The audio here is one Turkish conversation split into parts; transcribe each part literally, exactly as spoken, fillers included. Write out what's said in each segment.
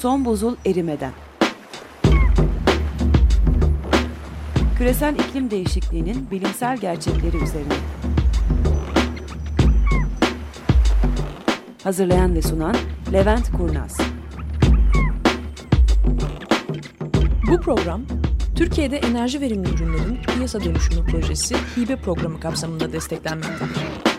Son buzul erimeden. Küresel iklim değişikliğinin bilimsel gerçekleri üzerine. Hazırlayan ve sunan Levent Kurnaz. Bu program, Türkiye'de enerji verimli ürünlerin piyasa dönüşümü projesi hibe programı kapsamında desteklenmektedir.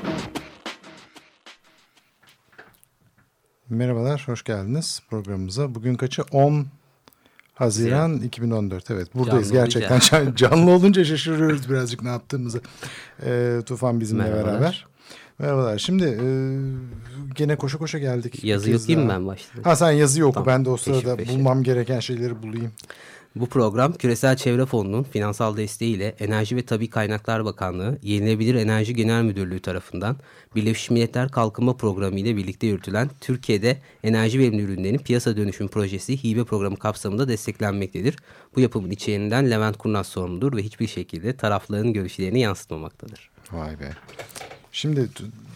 Merhabalar, hoş geldiniz programımıza. Bugün kaçı? on Haziran iki bin on dört. Evet, buradayız canlı gerçekten. Olunca. Canlı olunca şaşırıyoruz birazcık ne yaptığımızı. E, Tufan bizimle Merhabalar. beraber. Merhabalar. Şimdi e, gene koşa koşa geldik. Yazıyı okuyayım ben başta. Ha sen yazıyı oku. Tamam. Ben de o sırada peşin, peşin. bulmam gereken şeyleri bulayım. Bu program Küresel Çevre Fonu'nun finansal desteğiyle Enerji ve Tabii Kaynaklar Bakanlığı, Yenilenebilir Enerji Genel Müdürlüğü tarafından Birleşmiş Milletler Kalkınma Programı ile birlikte yürütülen Türkiye'de enerji verimli ürünlerin piyasa dönüşüm projesi hibe programı kapsamında desteklenmektedir. Bu yapımın içeriğinden Levent Kurnaz sorumludur ve hiçbir şekilde tarafların görüşlerini yansıtmamaktadır. Vay be. Şimdi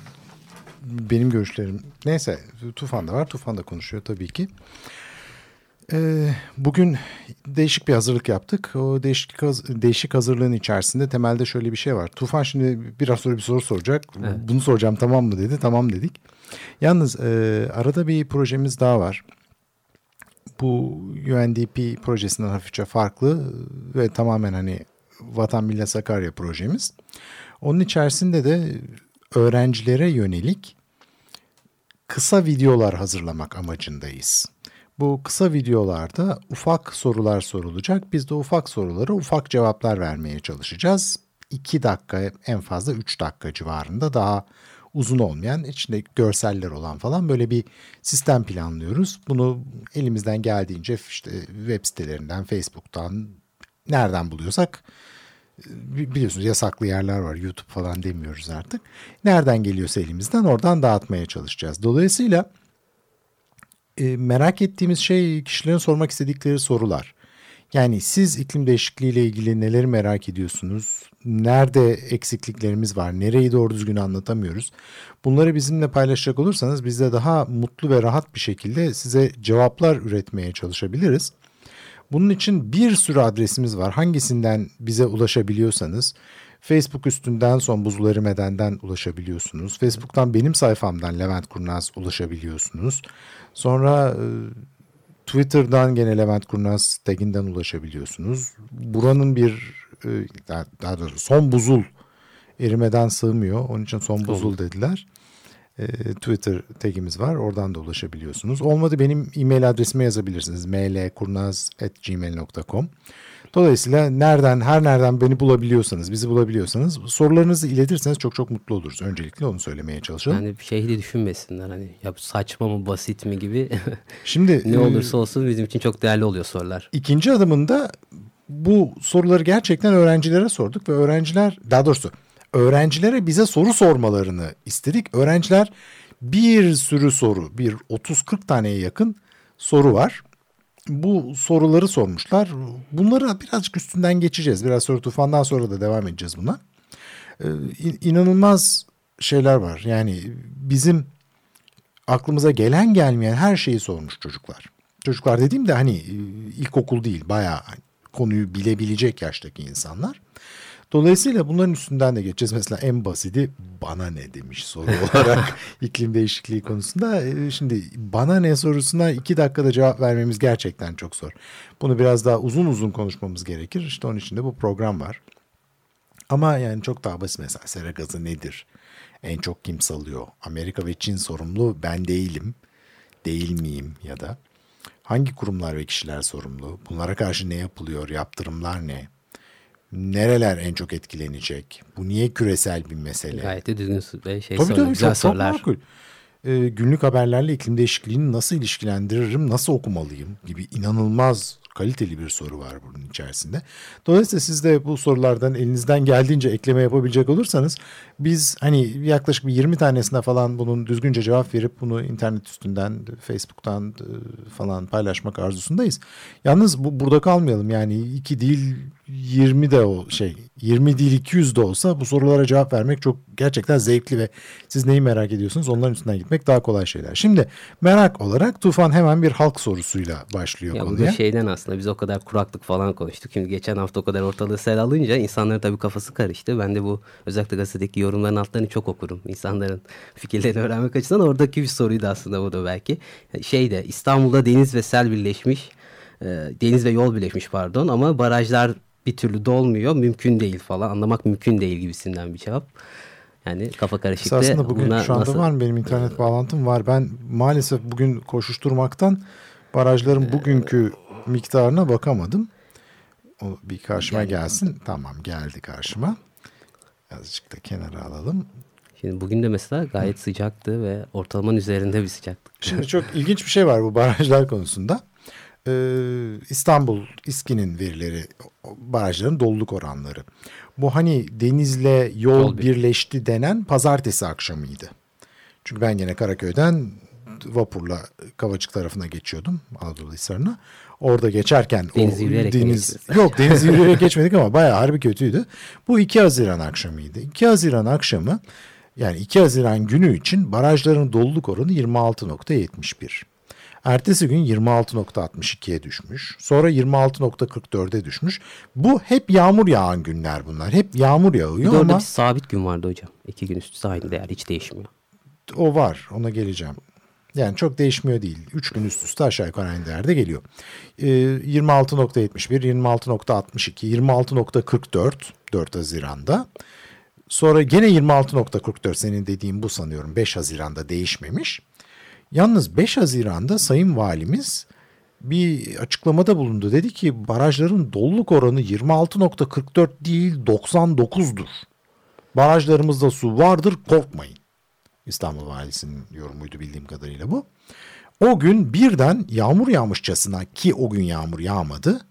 benim görüşlerim neyse, Tufan da var. Tufan da konuşuyor tabii ki. Ee, bugün değişik bir hazırlık yaptık. O değişik, değişik hazırlığın içerisinde temelde şöyle bir şey var. Tufan şimdi biraz sonra bir soru soracak. Evet. Bunu soracağım, tamam mı dedi. Tamam dedik. Yalnız e, arada bir projemiz daha var. Bu U N D P projesinden hafifçe farklı ve tamamen hani Vatan Millet Sakarya projemiz. Onun içerisinde de öğrencilere yönelik kısa videolar hazırlamak amacındayız. Bu kısa videolarda ufak sorular sorulacak. Biz de ufak sorulara ufak cevaplar vermeye çalışacağız. iki dakika, en fazla üç dakika civarında, daha uzun olmayan, içinde görseller olan falan böyle bir sistem planlıyoruz. Bunu elimizden geldiğince işte web sitelerinden, Facebook'tan, nereden buluyorsak, biliyorsunuz yasaklı yerler var, YouTube falan demiyoruz artık. Nereden geliyorsa elimizden oradan dağıtmaya çalışacağız. Dolayısıyla e, merak ettiğimiz şey kişilerin sormak istedikleri sorular. Yani siz iklim değişikliği ile ilgili neleri merak ediyorsunuz? Nerede eksikliklerimiz var? Nereyi doğru düzgün anlatamıyoruz? Bunları bizimle paylaşacak olursanız biz de daha mutlu ve rahat bir şekilde size cevaplar üretmeye çalışabiliriz. Bunun için bir sürü adresimiz var. Hangisinden bize ulaşabiliyorsanız, Facebook üstünden Son Buzul Erimedenden ulaşabiliyorsunuz. Facebook'tan benim sayfamdan Levent Kurnaz ulaşabiliyorsunuz. Sonra e, Twitter'dan gene Levent Kurnaz taginden ulaşabiliyorsunuz. Buranın bir e, daha doğrusu Son Buzul Erimeden sığmıyor. Onun için Son Buzul dediler. Twitter tagimiz var. Oradan da ulaşabiliyorsunuz. Olmadı benim e-mail adresime yazabilirsiniz. m l kurnaz at gmail nokta com. Dolayısıyla nereden, her nereden beni bulabiliyorsanız, bizi bulabiliyorsanız sorularınızı iletirseniz çok çok mutlu oluruz. Öncelikle onu söylemeye çalışalım. Yani bir şey de düşünmesinler, hani ya saçma mı basit mi gibi. Şimdi ne olursa olsun bizim için çok değerli oluyor sorular. İkinci adımında bu soruları gerçekten öğrencilere sorduk ve öğrenciler, daha doğrusu öğrencilere bize soru sormalarını istedik. Öğrenciler bir sürü soru, bir otuz kırk taneye yakın soru var. Bu soruları sormuşlar. Bunları birazcık üstünden geçeceğiz. Biraz sonra Tufan'dan sonra da devam edeceğiz buna. Ee, inanılmaz şeyler var. Yani bizim aklımıza gelen gelmeyen her şeyi sormuş çocuklar. Çocuklar dediğim de hani ilkokul değil, bayağı konuyu bilebilecek yaştaki insanlar. Dolayısıyla bunların üstünden de geçeceğiz. Mesela en basiti bana ne demiş soru olarak iklim değişikliği konusunda. Şimdi bana ne sorusuna iki dakikada cevap vermemiz gerçekten çok zor. Bunu biraz daha uzun uzun konuşmamız gerekir. İşte onun için de bu program var. Ama yani çok daha basit, mesela sera gazı nedir? En çok kim salıyor? Amerika ve Çin sorumlu, ben değilim. Değil miyim ya da? Hangi kurumlar ve kişiler sorumlu? Bunlara karşı ne yapılıyor? Yaptırımlar ne? Nereler en çok etkilenecek? Bu niye küresel bir mesele? Gayet de düzgün ve şey tabii, sorular, tabii, güzel çok, sorular. Çok makul. Ee, günlük haberlerle iklim değişikliğini nasıl ilişkilendiririm, nasıl okumalıyım gibi inanılmaz kaliteli bir soru var bunun içerisinde. Dolayısıyla siz de bu sorulardan elinizden geldiğince ekleme yapabilecek olursanız biz hani yaklaşık bir yirmi tanesine falan bunun düzgünce cevap verip bunu internet üstünden, Facebook'tan falan paylaşmak arzusundayız. Yalnız bu burada kalmayalım. Yani iki değil yirmi de o şey yirmi değil iki yüz de olsa bu sorulara cevap vermek çok gerçekten zevkli ve siz neyi merak ediyorsunuz onların üstünden gitmek daha kolay şeyler. Şimdi merak olarak Tufan hemen bir halk sorusuyla başlıyor ya konuya. Bu şeyden aslında biz o kadar kuraklık falan konuştuk. Şimdi geçen hafta o kadar ortalığı sel alınca insanların tabii kafası karıştı. Ben de bu özellikle gazetedeki yorumların altlarını çok okurum. İnsanların fikirlerini öğrenmek açısından oradaki bir soruydu aslında bu da belki. Şeyde İstanbul'da deniz ve sel birleşmiş. Deniz ve yol birleşmiş pardon ama barajlar bir türlü dolmuyor, mümkün değil falan, anlamak mümkün değil gibisinden bir cevap. Yani kafa karışıklığı. Aslında bugün şu anda nasıl... var mı benim internet bağlantım var. Ben maalesef bugün koşuşturmaktan barajların bugünkü miktarına bakamadım. O bir karşıma yani... gelsin. Tamam geldi karşıma. Azıcık da kenara alalım. Şimdi bugün de mesela gayet Hı. sıcaktı ve ortalamanın üzerinde bir sıcaklık. Şimdi çok ilginç bir şey var bu barajlar konusunda. Ee, İstanbul İSKİ'nin verileri, barajların doluluk oranları. Bu hani denizle yol Yol birleşti denen pazartesi akşamıydı. Çünkü ben yine Karaköy'den vapurla Kavacık tarafına geçiyordum, Anadolu Hisarı'na. Orada geçerken deniz o yürüyerek deniz yok deniz yürüyerek geçmedik ama bayağı harbi kötüydü. Bu iki Haziran akşamıydı. iki Haziran akşamı yani iki Haziran günü için barajların doluluk oranı yirmi altı nokta yetmiş bir. Ertesi gün yirmi altı nokta altmış ikiye düşmüş. Sonra yirmi altı nokta kırk dörde düşmüş. Bu hep yağmur yağan günler bunlar. Hep yağmur yağıyor ama... Orada bir sabit gün vardı hocam. İki gün üst üste aynı değer, hiç değişmiyor. O var, ona geleceğim. Yani çok değişmiyor değil. Üç gün üst üste aşağı yukarı aynı değerde geliyor. Ee, yirmi altı nokta yetmiş bir, yirmi altı nokta altmış iki, yirmi altı nokta kırk dört dört Haziran'da. Sonra gene yirmi altı nokta kırk dört senin dediğin bu sanıyorum beş Haziran'da değişmemiş. Yalnız beş Haziran'da Sayın Valimiz bir açıklamada bulundu. Dedi ki barajların doluluk oranı yirmi altı nokta kırk dört değil doksan dokuzdur. Barajlarımızda su vardır, korkmayın. İstanbul Valisi'nin yorumuydu bildiğim kadarıyla bu. O gün birden yağmur yağmışçasına, ki o gün yağmur yağmadı.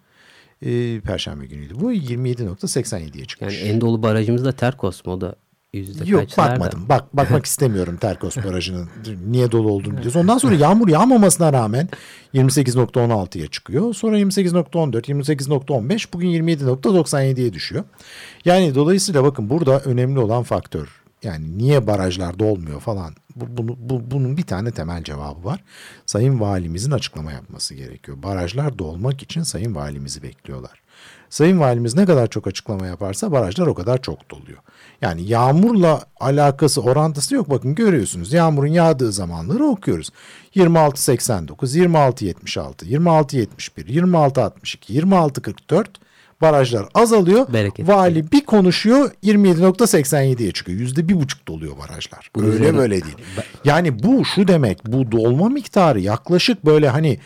E, Perşembe günüydü bu, yirmi yedi nokta seksen yediye çıkmış. Yani en dolu barajımız da Terkos mu, o da yüzde Yok kaçlarda? bakmadım. Bak, bakmak istemiyorum Terkos Barajı'nın niye dolu olduğunu biliyoruz. Ondan sonra yağmur yağmamasına rağmen yirmi sekiz nokta on altıya çıkıyor. Sonra yirmi sekiz nokta on dört, yirmi sekiz nokta on beş, bugün yirmi yedi nokta doksan yediye düşüyor. Yani dolayısıyla bakın burada önemli olan faktör. Yani niye barajlar dolmuyor falan. Bu, bunu, bu, bunun bir tane temel cevabı var. Sayın Valimizin açıklama yapması gerekiyor. Barajlar dolmak için Sayın Valimizi bekliyorlar. Sayın Valimiz ne kadar çok açıklama yaparsa barajlar o kadar çok doluyor. Yani yağmurla alakası, orantısı yok. Bakın görüyorsunuz, yağmurun yağdığı zamanları okuyoruz. yirmi altı seksen dokuz, yirmi altı yetmiş altı, yirmi altı yetmiş bir, yirmi altı altmış iki, yirmi altı kırk dört barajlar azalıyor. Bereketli. Vali bir konuşuyor, yirmi yedi nokta seksen yediye çıkıyor. Yüzde bir buçuk doluyor barajlar. Öyle üzerine... böyle değil. Yani bu şu demek, bu dolma miktarı yaklaşık böyle hani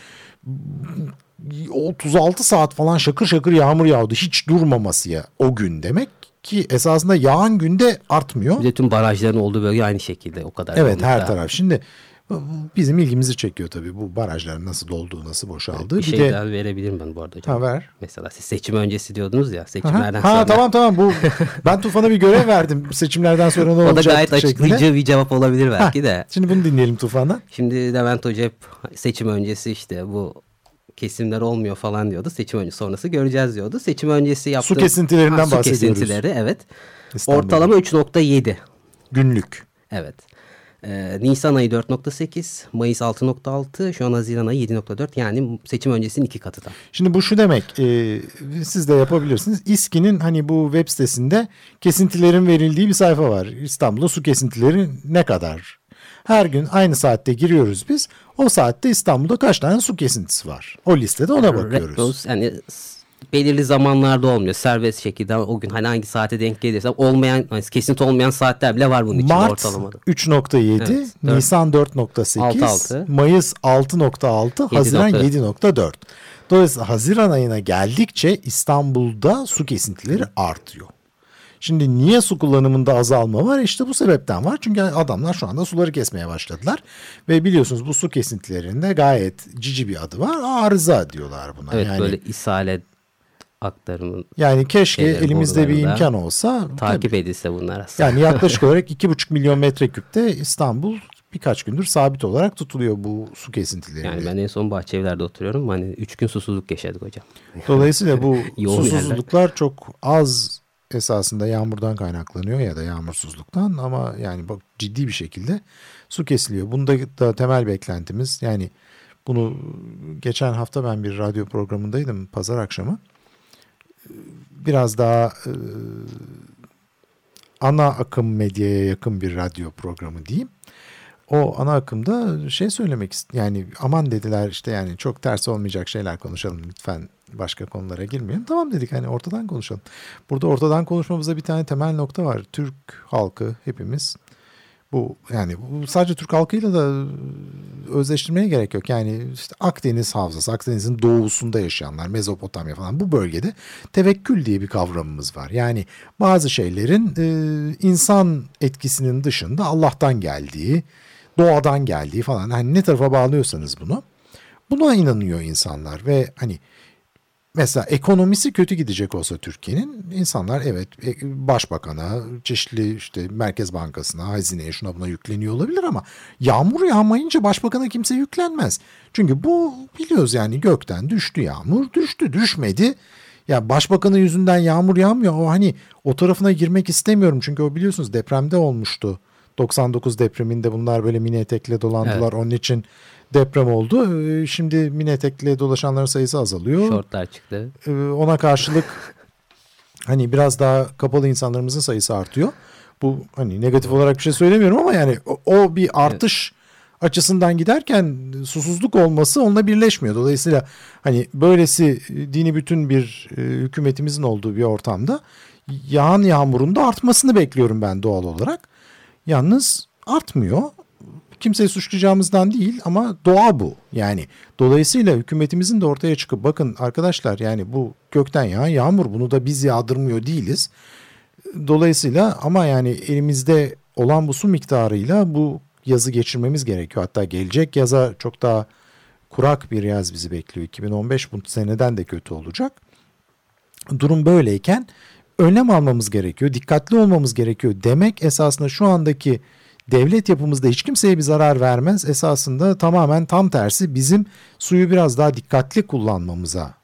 otuz altı saat falan şakır şakır yağmur yağdı. Hiç durmaması ya o gün demek ki esasında yağan günde artmıyor. Bir de tüm barajların olduğu bölge aynı şekilde o kadar. Evet, her taraf. Şimdi bizim ilgimizi çekiyor tabii bu barajların nasıl dolduğu, nasıl boşaldığı. Bir, bir şey de... daha verebilirim ben bu arada hocam. Ha, ver. Mesela siz seçim öncesi diyordunuz ya, seçimlerden ha, sonra. Ha tamam tamam bu ben Tufan'a bir görev verdim seçimlerden sonra ne olacak. O da gayet açıklayıcı şeklinde bir cevap olabilir belki ha, de. Şimdi bunu dinleyelim Tufan'dan. Şimdi Levent Hoca hep seçim öncesi işte bu kesimler olmuyor falan diyordu. Seçim öncesi sonrası göreceğiz diyordu. Seçim öncesi yaptığı... Su kesintilerinden ha, bahsediyoruz. Su kesintileri evet. İstanbul'da. Ortalama üç nokta yedi. Günlük. Evet. Ee, Nisan ayı dört nokta sekiz, Mayıs altı nokta altı, şu an Haziran ayı yedi nokta dört. Yani seçim öncesinin iki katı da. Şimdi bu şu demek, e, siz de yapabilirsiniz. İSKİ'nin hani bu web sitesinde kesintilerin verildiği bir sayfa var. İstanbul'da su kesintileri ne kadar? Her gün aynı saatte giriyoruz biz. O saatte İstanbul'da kaç tane su kesintisi var? O listede ona bakıyoruz. Rose, yani belirli zamanlarda olmuyor. Serbest şekilde o gün hani hangi saate denk gelirse olmayan, hani kesinti olmayan saatler bile var bunun için ortalamada. Mart üç nokta yedi, evet, Nisan dört nokta sekiz, Mayıs altı nokta altı, Haziran yedi nokta dört. Dolayısıyla Haziran ayına geldikçe İstanbul'da su kesintileri artıyor. Şimdi niye su kullanımında azalma var? İşte bu sebepten var. Çünkü adamlar şu anda suları kesmeye başladılar. Ve biliyorsunuz bu su kesintilerinde gayet cici bir adı var. Arıza diyorlar buna. Evet, yani, böyle ishale aktarımın. Yani keşke şeyleri, elimizde bir imkan olsa. Takip tabii, edilse bunlar aslında. Yani yaklaşık olarak iki buçuk milyon metreküpte İstanbul birkaç gündür sabit olarak tutuluyor bu su kesintileri. Yani ben en son Bahçelievler'de oturuyorum. Hani üç gün susuzluk yaşadık hocam. Dolayısıyla bu Yoğun susuzluklar yerler. çok az esasında yağmurdan kaynaklanıyor ya da yağmursuzluktan, ama yani bak ciddi bir şekilde su kesiliyor. Bunda da temel beklentimiz, yani bunu geçen hafta ben bir radyo programındaydım pazar akşamı. Biraz daha e, ana akım medyaya yakın bir radyo programı diyeyim. O ana akımda şey söylemek ist- yani aman dediler işte, yani çok ters olmayacak şeyler konuşalım lütfen, başka konulara girmeyelim. Tamam dedik, hani ortadan konuşalım. Burada ortadan konuşmamızda bir tane temel nokta var. Türk halkı hepimiz, bu yani bu sadece Türk halkıyla da özleştirmeye gerek yok. Yani işte Akdeniz havzası, Akdeniz'in doğusunda yaşayanlar, Mezopotamya falan, bu bölgede tevekkül diye bir kavramımız var. Yani bazı şeylerin e, insan etkisinin dışında Allah'tan geldiği, doğadan geldiği falan, hani ne tarafa bağlıyorsanız bunu, buna inanıyor insanlar. Ve hani mesela ekonomisi kötü gidecek olsa Türkiye'nin, insanlar evet başbakana, çeşitli işte Merkez Bankası'na, hazineye, şuna buna yükleniyor olabilir, ama yağmur yağmayınca başbakana kimse yüklenmez. Çünkü bu, biliyoruz yani, gökten düştü yağmur, düştü, düşmedi. Ya başbakanın yüzünden yağmur yağmıyor. O hani o tarafına girmek istemiyorum. Çünkü o biliyorsunuz depremde olmuştu. doksan dokuz depreminde bunlar böyle mini etekle dolandılar. Evet. Onun için deprem oldu. Şimdi mini etekle dolaşanların sayısı azalıyor. Şortlar çıktı. Ona karşılık hani biraz daha kapalı insanlarımızın sayısı artıyor. Bu hani negatif olarak bir şey söylemiyorum, ama yani o, o bir artış evet. açısından giderken susuzluk olması onunla birleşmiyor. Dolayısıyla hani böylesi dini bütün bir e, hükümetimizin olduğu bir ortamda yağan yağmurun da artmasını bekliyorum ben doğal olarak. Yalnız artmıyor. Kimseyi suçlayacağımızdan değil, ama doğa bu. Yani dolayısıyla hükümetimizin de ortaya çıkıp bakın arkadaşlar, yani bu gökten yağan yağmur, bunu da biz yağdırmıyor değiliz. Dolayısıyla ama yani elimizde olan bu su miktarıyla bu yazı geçirmemiz gerekiyor. Hatta gelecek yaza çok daha kurak bir yaz bizi bekliyor. iki bin on beş bu seneden de kötü olacak. Durum böyleyken önlem almamız gerekiyor, dikkatli olmamız gerekiyor demek esasında şu andaki devlet yapımızda hiç kimseye bir zarar vermez. Esasında tamamen tam tersi, bizim suyu biraz daha dikkatli kullanmamıza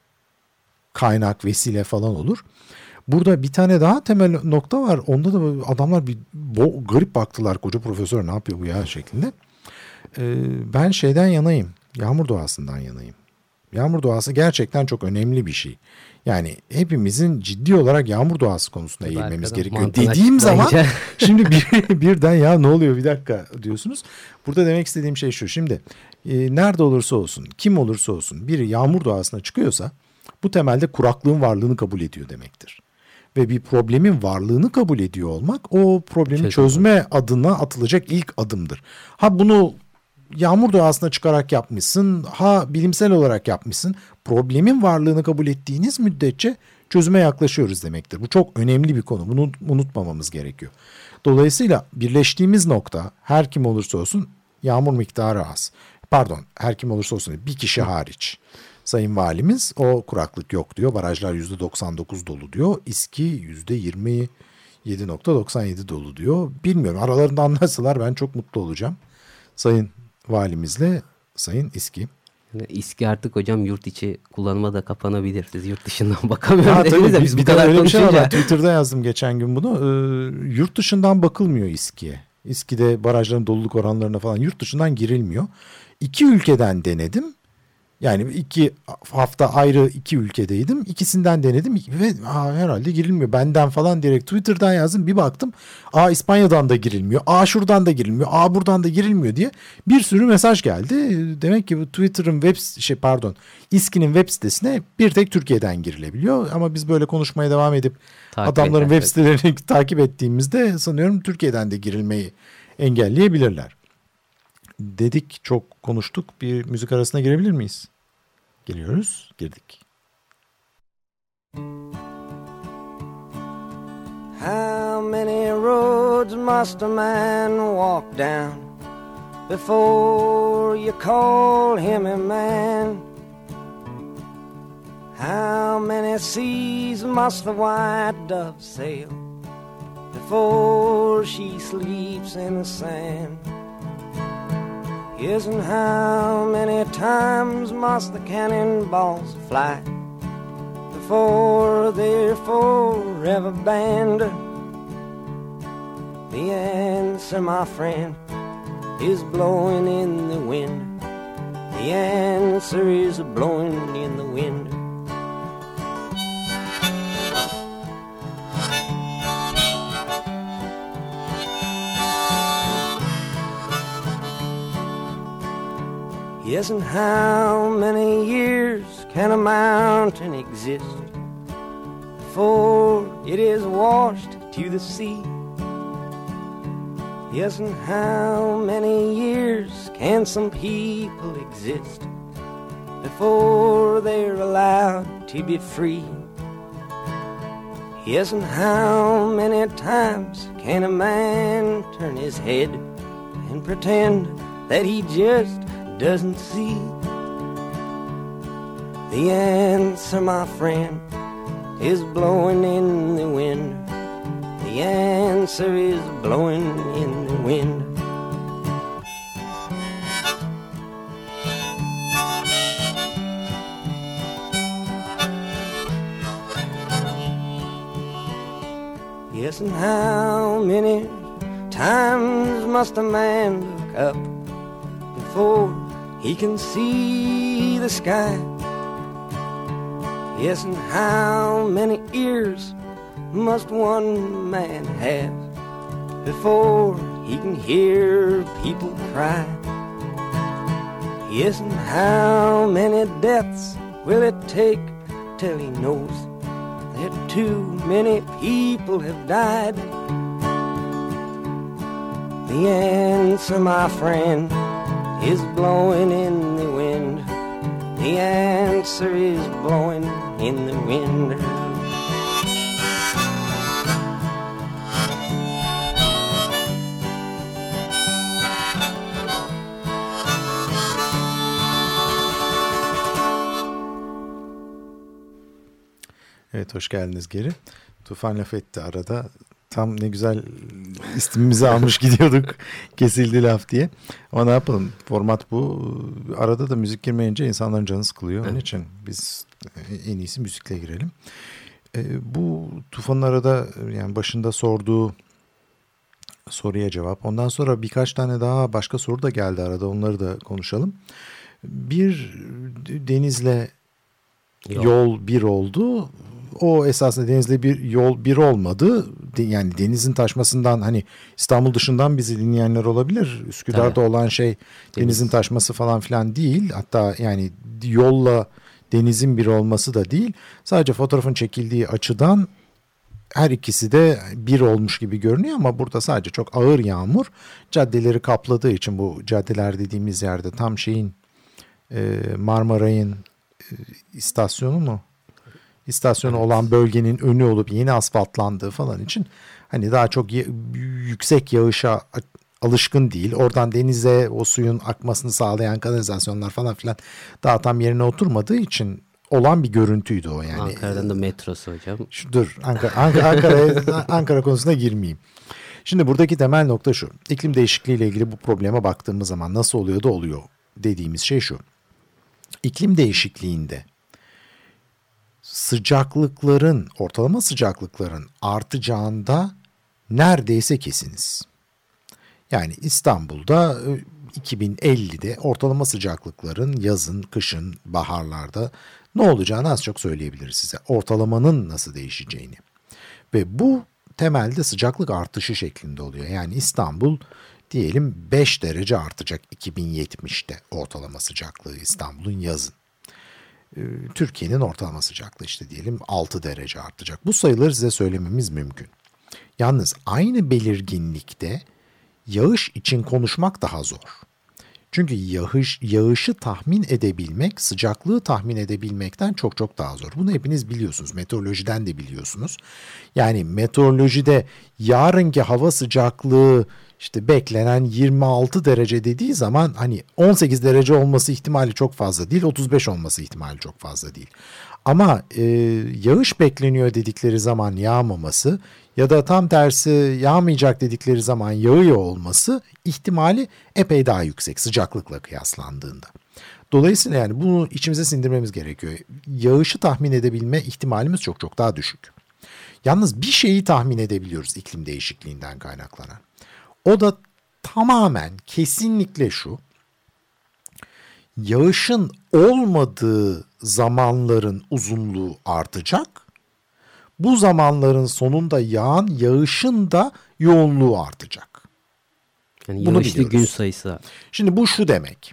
kaynak, vesile falan olur. Burada bir tane daha temel nokta var. Onda da adamlar bir bo- garip baktılar, koca profesör ne yapıyor bu ya şeklinde. Ee, ben şeyden yanayım, yağmur doğasından yanayım. Yağmur doğası gerçekten çok önemli bir şey. Yani hepimizin ciddi olarak yağmur doğası konusunda eğilmemiz gerekiyor. Dediğim zaman şimdi bir, birden ya ne oluyor bir dakika diyorsunuz. Burada demek istediğim şey şu. Şimdi e, nerede olursa olsun, kim olursa olsun biri yağmur doğasına çıkıyorsa bu temelde kuraklığın varlığını kabul ediyor demektir. Ve bir problemin varlığını kabul ediyor olmak o problemi Çözüm. çözme adına atılacak ilk adımdır. Ha bunu yağmur doğasına çıkarak yapmışsın, ha bilimsel olarak yapmışsın. Problemin varlığını kabul ettiğiniz müddetçe çözüme yaklaşıyoruz demektir. Bu çok önemli bir konu. Bunu unutmamamız gerekiyor. Dolayısıyla birleştiğimiz nokta, her kim olursa olsun yağmur miktarı az. Pardon, her kim olursa olsun bir kişi hariç. Sayın Valimiz o kuraklık yok diyor. Barajlar yüzde doksan dokuz dolu diyor. İSKİ yüzde yirmi yedi nokta doksan yedi dolu diyor. Bilmiyorum, aralarında anlarsalar ben çok mutlu olacağım. Sayın Valimizle Sayın İSKİ. İSKİ artık hocam yurt içi kullanıma da kapanabilir. Siz yurt dışından bakamıyorum. Ha, tabii, de biz bir bu kadar öyle bir şey var. konuşunca. Ben Twitter'da yazdım geçen gün bunu. Ee, yurt dışından bakılmıyor İSKİ'ye. İSKİ'de barajların doluluk oranlarına falan yurt dışından girilmiyor. İki ülkeden denedim. Yani iki hafta ayrı iki ülkedeydim. İkisinden denedim ve aa, herhalde girilmiyor. Benden falan direkt Twitter'dan yazdım. Bir baktım. Aa İspanya'dan da girilmiyor. Aa şuradan da girilmiyor. Aa buradan da girilmiyor diye bir sürü mesaj geldi. Demek ki bu Twitter'ın web şey pardon İSKİ'nin web sitesine bir tek Türkiye'den girilebiliyor. Ama biz böyle konuşmaya devam edip takip adamların eder, web sitelerini takip ettiğimizde sanıyorum Türkiye'den de girilmeyi engelleyebilirler. Dedik, çok konuştuk. Bir müzik arasına girebilir miyiz? Geliyoruz. Girdik. How many roads must a man walk down before you call him a man? How many seas must the white dove sail before she sleeps in the sand? Yes, and how many times must the cannonballs fly before they're forever banned? The answer, my friend, is blowing in the wind. The answer is blowing in the wind. Yes, and how many years can a mountain exist before it is washed to the sea? Yes, and how many years can some people exist before they're allowed to be free? Yes, and how many times can a man turn his head and pretend that he just doesn't see? The answer, my friend, is blowing in the wind. The answer is blowing in the wind. Yes, and how many times must a man look up before he can see the sky? Yes, and how many ears must one man have before he can hear people cry? Yes, and how many deaths will it take till he knows that too many people have died? The answer, my friend, is blowing in the wind. The answer is blowing in the wind. Evet, hoş geldiniz geri. Tufan laf etti arada. Tam ne güzel ismimizi almış gidiyorduk. Kesildi laf diye. Ama ne yapalım? Format bu. Arada da müzik girmeyince insanların canı sıkılıyor. Onun için biz en iyisi müzikle girelim. E, bu Tufan'ın arada yani başında sorduğu soruya cevap. Ondan sonra birkaç tane daha başka soru da geldi arada. Onları da konuşalım. Bir, Deniz'le yol, yol bir oldu. O esasında Deniz'le bir yol bir olmadı. Yani denizin taşmasından, hani İstanbul dışından bizi dinleyenler olabilir. Üsküdar'da evet olan şey Deniz. denizin taşması falan filan değil. Hatta yani yolla denizin bir olması da değil. Sadece fotoğrafın çekildiği açıdan her ikisi de bir olmuş gibi görünüyor ama burada sadece çok ağır yağmur caddeleri kapladığı için, bu caddeler dediğimiz yerde tam şeyin Marmaray'ın istasyonu mu? İstasyonu evet olan bölgenin önü olup yeni asfaltlandığı falan için hani daha çok y- yüksek yağışa alışkın değil. Oradan denize o suyun akmasını sağlayan kanalizasyonlar falan filan daha tam yerine oturmadığı için olan bir görüntüydü o yani. Ankara'dan da metrosu hocam. Şu, dur Ankara, Ankara, Ankara, Ankara konusuna girmeyeyim. Şimdi buradaki temel nokta şu. İklim değişikliğiyle ilgili bu probleme baktığımız zaman nasıl oluyor da oluyor dediğimiz şey şu. İklim değişikliğinde sıcaklıkların, ortalama sıcaklıkların artacağında neredeyse kesiniz. Yani İstanbul'da iki bin ellide ortalama sıcaklıkların yazın, kışın, baharlarda ne olacağını az çok söyleyebiliriz size. Ortalamanın nasıl değişeceğini. Ve bu temelde sıcaklık artışı şeklinde oluyor. Yani İstanbul diyelim beş derece artacak iki bin yetmişte ortalama sıcaklığı İstanbul'un yazın. Türkiye'nin ortalama sıcaklığı işte diyelim altı derece artacak. Bu sayıları size söylememiz mümkün. Yalnız aynı belirginlikte yağış için konuşmak daha zor. Çünkü yağış, yağışı tahmin edebilmek, sıcaklığı tahmin edebilmekten çok çok daha zor. Bunu hepiniz biliyorsunuz. Meteorolojiden de biliyorsunuz. Yani meteorolojide yarınki hava sıcaklığı işte beklenen yirmi altı derece dediği zaman hani on sekiz derece olması ihtimali çok fazla değil, otuz beş olması ihtimali çok fazla değil. Ama e, yağış bekleniyor dedikleri zaman yağmaması ya da tam tersi yağmayacak dedikleri zaman yağıyor olması ihtimali epey daha yüksek sıcaklıkla kıyaslandığında. Dolayısıyla yani bunu içimize sindirmemiz gerekiyor. Yağışı tahmin edebilme ihtimalimiz çok çok daha düşük. Yalnız bir şeyi tahmin edebiliyoruz iklim değişikliğinden kaynaklanan. O da tamamen kesinlikle şu: yağışın olmadığı zamanların uzunluğu artacak. Bu zamanların sonunda yağan yağışın da yoğunluğu artacak. Yani Bunu yağışlı biliyoruz. gün sayısı. Şimdi bu şu demek.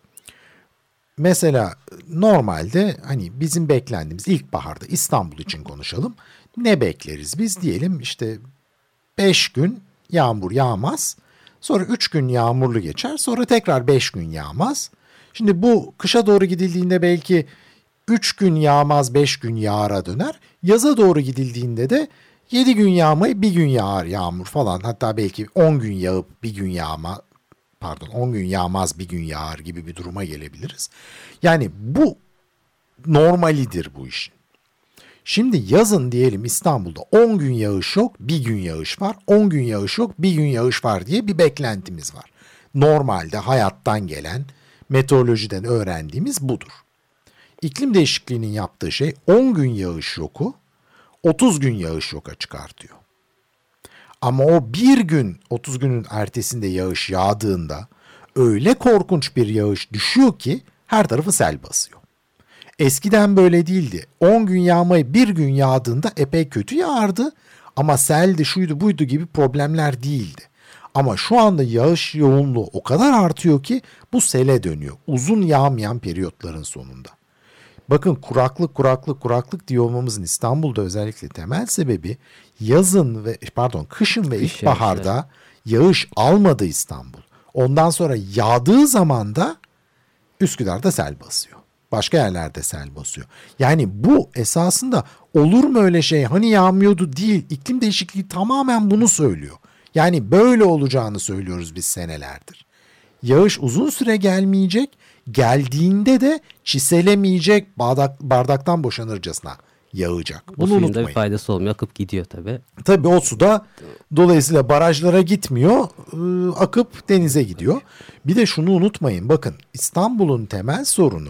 Mesela normalde hani bizim beklentimiz ilkbaharda İstanbul için konuşalım. Ne bekleriz biz? Diyelim işte beş gün yağmur yağmaz. Sonra üç gün yağmurlu geçer. Sonra tekrar beş gün yağmaz. Şimdi bu kışa doğru gidildiğinde belki üç gün yağmaz, beş gün yağara döner. Yaza doğru gidildiğinde de yedi gün yağmayı bir gün yağar yağmur falan. Hatta belki on gün yağıp bir gün yağma, pardon on gün yağmaz bir gün yağar gibi bir duruma gelebiliriz. Yani bu normalidir bu işin. Şimdi yazın diyelim İstanbul'da on gün yağış yok, bir gün yağış var. on gün yağış yok, bir gün yağış var diye bir beklentimiz var. Normalde hayattan gelen, meteorolojiden öğrendiğimiz budur. İklim değişikliğinin yaptığı şey on gün yağış yoku otuz gün yağış yoka çıkartıyor. Ama o bir gün otuz günün ertesinde yağış yağdığında öyle korkunç bir yağış düşüyor ki her tarafı sel basıyor. Eskiden böyle değildi. on gün yağmayı bir gün yağdığında epey kötü yağardı ama seldi, şuydu buydu gibi problemler değildi. Ama şu anda yağış yoğunluğu o kadar artıyor ki bu sele dönüyor. Uzun yağmayan periyotların sonunda. Bakın kuraklık kuraklık kuraklık diye olmamızın İstanbul'da özellikle temel sebebi yazın ve pardon kışın ve Kış ilkbaharda yağışları. yağış almadı İstanbul. Ondan sonra yağdığı zaman da Üsküdar'da sel basıyor. Başka yerlerde sel basıyor. Yani bu esasında olur mu öyle şey hani yağmıyordu değil. İklim değişikliği tamamen bunu söylüyor. Yani böyle olacağını söylüyoruz biz senelerdir. Yağış uzun süre gelmeyecek. Geldiğinde de çiselemeyecek, bardak, bardaktan boşanırcasına yağacak. Bu Bunu suyun da unutmayın. bir faydası olmuyor. Akıp gidiyor tabii. Tabii o su da dolayısıyla barajlara gitmiyor, ıı, akıp denize gidiyor. Bir de şunu unutmayın. Bakın İstanbul'un temel sorunu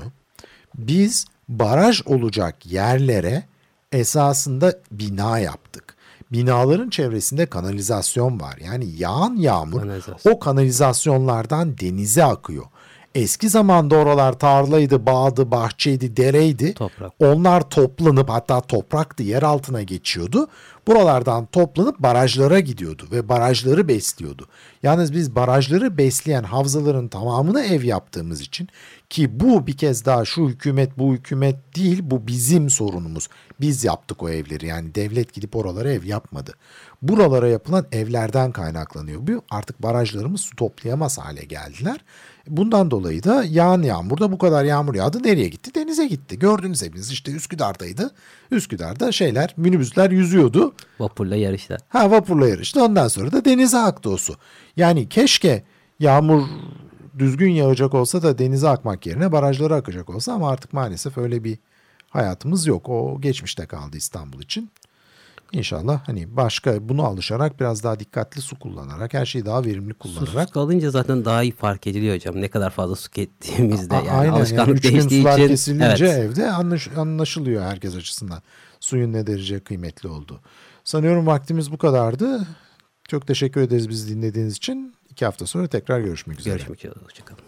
biz baraj olacak yerlere esasında bina yaptık. Binaların çevresinde kanalizasyon var. Yani yağan yağmur Kanalizasyon. o kanalizasyonlardan denize akıyor. Eski zamanda oralar tarlaydı, bağdı, bahçeydi, dereydi. Toprak. Onlar toplanıp hatta topraktı yer altına geçiyordu. Buralardan toplanıp barajlara gidiyordu ve barajları besliyordu. Yalnız biz barajları besleyen havzaların tamamına ev yaptığımız için ki bu bir kez daha şu hükümet bu hükümet değil bu bizim sorunumuz. Biz yaptık o evleri yani devlet gidip oralara ev yapmadı. Buralara yapılan evlerden kaynaklanıyor. Bu artık barajlarımız su toplayamaz hale geldiler. Bundan dolayı da yağan yağmurda bu kadar yağmur yağdı nereye gitti? Denize gitti. Gördünüz hepiniz işte Üsküdar'daydı. Üsküdar'da şeyler minibüsler yüzüyordu. Vapurla yarışlar. Ha vapurla yarıştı. Ondan sonra da denize aktı o su. Yani keşke yağmur düzgün yağacak olsa da denize akmak yerine barajlara akacak olsa ama artık maalesef öyle bir hayatımız yok. O geçmişte kaldı İstanbul için. İnşallah hani başka buna alışarak biraz daha dikkatli su kullanarak her şeyi daha verimli kullanarak. Susuz kalınca zaten daha iyi fark ediliyor hocam. Ne kadar fazla su tükettiğimizde. Yani Aynen alışkanlık yani üç gün değiştiği sular için. kesilince Evet. evde anlaş, anlaşılıyor herkes açısından. Suyun ne derece kıymetli olduğu. Sanıyorum vaktimiz bu kadardı. Çok teşekkür ederiz bizi dinlediğiniz için. İki hafta sonra tekrar görüşmek üzere. Görüşmek üzere. Hoşçakalın.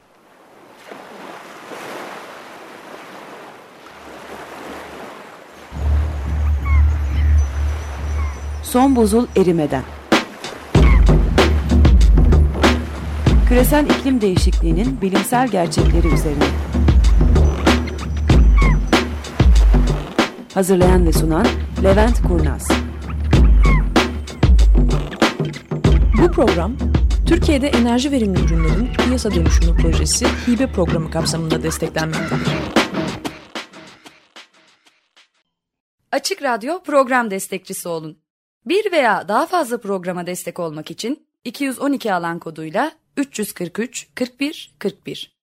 Son buzul erimeden. Küresel iklim değişikliğinin bilimsel gerçekleri üzerine. Hazırlayan ve sunan Levent Kurnaz. Bu program Türkiye'de enerji verimli ürünlerin piyasa dönüşümü projesi hibe programı kapsamında desteklenmektedir. Açık Radyo program destekçisi olun. Bir veya daha fazla programa destek olmak için iki yüz on iki alan koduyla üç yüz kırk üç kırk bir kırk bir